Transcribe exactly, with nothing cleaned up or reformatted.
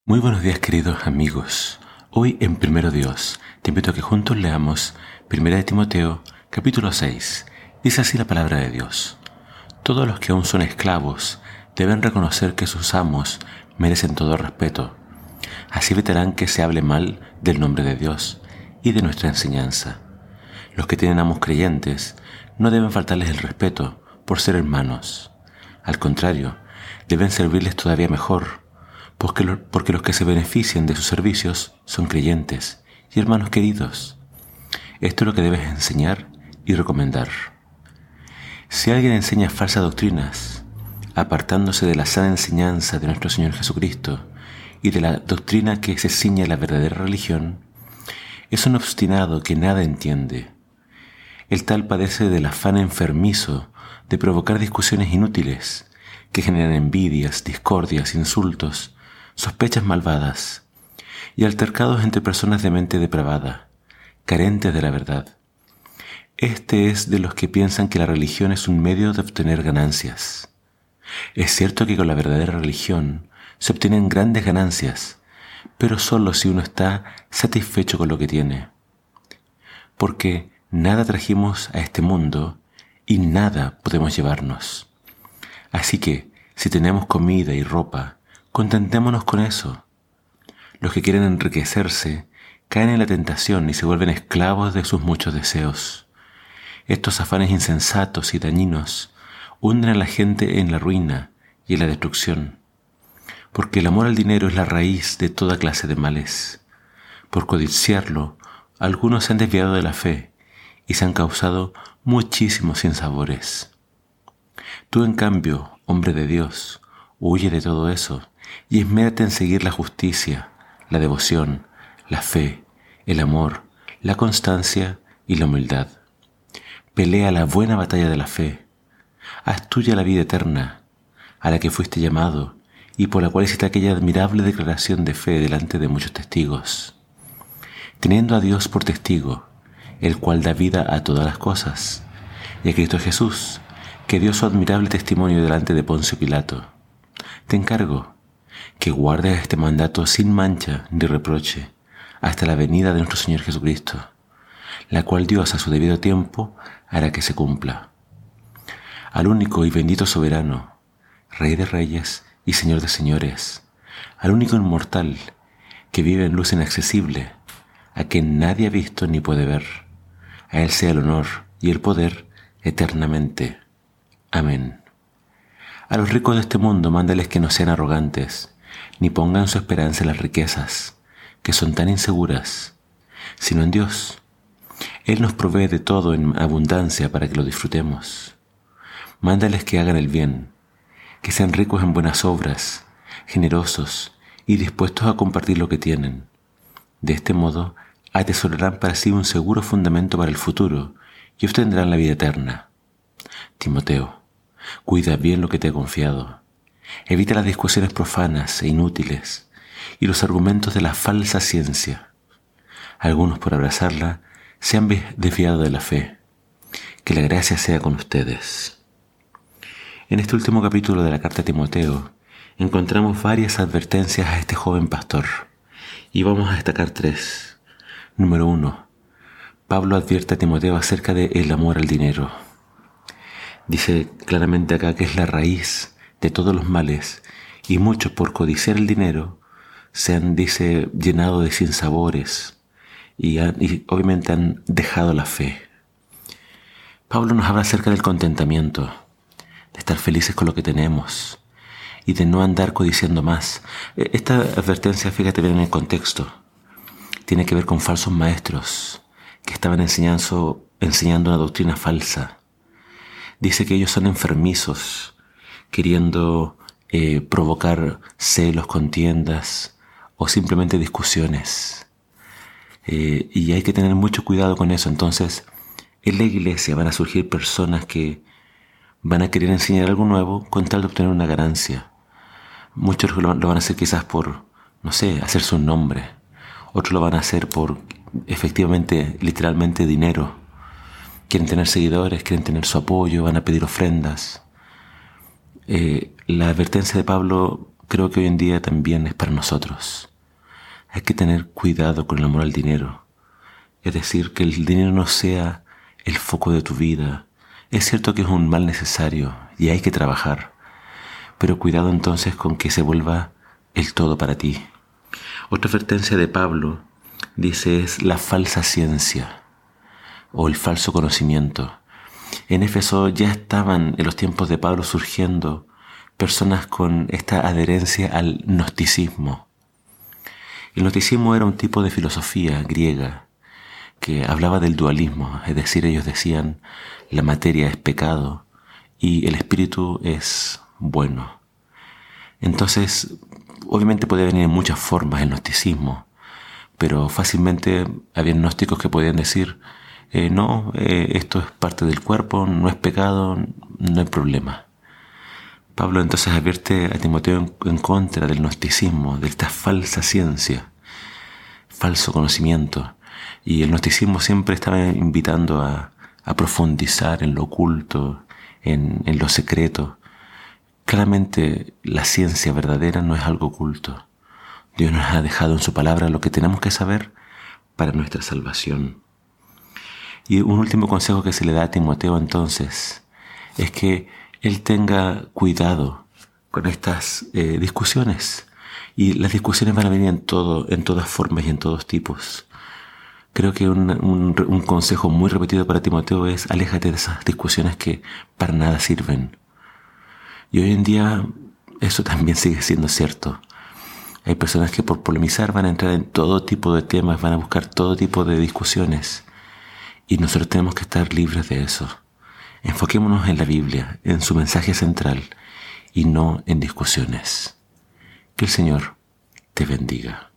Muy buenos días, queridos amigos. Hoy en Primero Dios te invito a que juntos leamos Primera de Timoteo capítulo seis. Dice así la palabra de Dios: todos los que aún son esclavos deben reconocer que sus amos merecen todo respeto. Así evitarán que se hable mal del nombre de Dios y de nuestra enseñanza. Los que tienen amos creyentes no deben faltarles el respeto por ser hermanos. Al contrario, deben servirles todavía mejor, porque, lo, porque los que se benefician de sus servicios son creyentes y hermanos queridos. Esto es lo que debes enseñar y recomendar. Si alguien enseña falsas doctrinas, apartándose de la sana enseñanza de nuestro Señor Jesucristo y de la doctrina que se ciñe a la verdadera religión, es un obstinado que nada entiende. El tal padece del afán enfermizo de provocar discusiones inútiles que generan envidias, discordias, insultos, sospechas malvadas y altercados entre personas de mente depravada, carentes de la verdad. Este es de los que piensan que la religión es un medio de obtener ganancias. Es cierto que con la verdadera religión se obtienen grandes ganancias, pero solo si uno está satisfecho con lo que tiene. Porque nada trajimos a este mundo y nada podemos llevarnos. Así que, si tenemos comida y ropa, contentémonos con eso. Los que quieren enriquecerse caen en la tentación y se vuelven esclavos de sus muchos deseos. Estos afanes insensatos y dañinos hunden a la gente en la ruina y en la destrucción, porque el amor al dinero es la raíz de toda clase de males. Por codiciarlo, algunos se han desviado de la fe y se han causado muchísimos sinsabores. Tú, en cambio, hombre de Dios, huye de todo eso y esmérate en seguir la justicia, la devoción, la fe, el amor, la constancia y la humildad. Pelea la buena batalla de la fe. Haz tuya la vida eterna, a la que fuiste llamado y por la cual hiciste aquella admirable declaración de fe delante de muchos testigos. Teniendo a Dios por testigo, el cual da vida a todas las cosas, y a Cristo Jesús, que dio su admirable testimonio delante de Poncio Pilato. Te encargo que guardes este mandato sin mancha ni reproche hasta la venida de nuestro Señor Jesucristo, la cual Dios a su debido tiempo hará que se cumpla. Al único y bendito soberano, Rey de reyes y Señor de señores, al único inmortal que vive en luz inaccesible, a quien nadie ha visto ni puede ver, a Él sea el honor y el poder eternamente. Amén. A los ricos de este mundo mándales que no sean arrogantes, ni pongan su esperanza en las riquezas, que son tan inseguras, sino en Dios. Él nos provee de todo en abundancia para que lo disfrutemos. Mándales que hagan el bien, que sean ricos en buenas obras, generosos y dispuestos a compartir lo que tienen. De este modo, atesorarán para sí un seguro fundamento para el futuro y obtendrán la vida eterna. Timoteo, cuida bien lo que te he confiado. Evita las discusiones profanas e inútiles y los argumentos de la falsa ciencia. Algunos, por abrazarla, se han desviado de la fe. Que la gracia sea con ustedes. En este último capítulo de la carta a Timoteo encontramos varias advertencias a este joven pastor y vamos a destacar tres. Número uno, Pablo advierte a Timoteo acerca del amor al dinero. Dice claramente acá que es la raíz de todos los males y muchos, por codiciar el dinero, se han, dice, llenado de sinsabores y, han, y obviamente han dejado la fe. Pablo nos habla acerca del contentamiento, de estar felices con lo que tenemos y de no andar codiciando más. Esta advertencia, fíjate bien en el contexto, tiene que ver con falsos maestros que estaban enseñando, enseñando una doctrina falsa. Dice que ellos son enfermizos, queriendo eh, provocar celos, contiendas o simplemente discusiones. Eh, y hay que tener mucho cuidado con eso. Entonces, en la iglesia van a surgir personas que van a querer enseñar algo nuevo con tal de obtener una ganancia. Muchos lo, lo van a hacer quizás por, no sé, hacerse un nombre. Otros lo van a hacer por, efectivamente, literalmente, dinero. Quieren tener seguidores, quieren tener su apoyo, van a pedir ofrendas. Eh, la advertencia de Pablo creo que hoy en día también es para nosotros. Hay que tener cuidado con el amor al dinero. Es decir, que el dinero no sea el foco de tu vida. Es cierto que es un mal necesario y hay que trabajar, pero cuidado entonces con que se vuelva el todo para ti. Otra advertencia de Pablo dice es la falsa ciencia o el falso conocimiento. En Éfeso ya estaban en los tiempos de Pablo surgiendo personas con esta adherencia al gnosticismo. El gnosticismo era un tipo de filosofía griega que hablaba del dualismo, es decir, ellos decían la materia es pecado y el espíritu es bueno. Entonces, obviamente podía venir en muchas formas el gnosticismo, pero fácilmente había gnósticos que podían decir, eh, no, eh, esto es parte del cuerpo, no es pecado, no hay problema. Pablo entonces advierte a Timoteo en, en contra del gnosticismo, de esta falsa ciencia, falso conocimiento. Y el gnosticismo siempre estaba invitando a, a profundizar en lo oculto, en, en lo secreto. Claramente la ciencia verdadera no es algo oculto. Dios nos ha dejado en su palabra lo que tenemos que saber para nuestra salvación. Y un último consejo que se le da a Timoteo entonces es que él tenga cuidado con estas eh, discusiones. Y las discusiones van a venir en todo, en todas formas y en todos tipos. Creo que un, un, un consejo muy repetido para Timoteo es aléjate de esas discusiones que para nada sirven. Y hoy en día eso también sigue siendo cierto. Hay personas que por polemizar van a entrar en todo tipo de temas, van a buscar todo tipo de discusiones. Y nosotros tenemos que estar libres de eso. Enfoquémonos en la Biblia, en su mensaje central, y no en discusiones. Que el Señor te bendiga.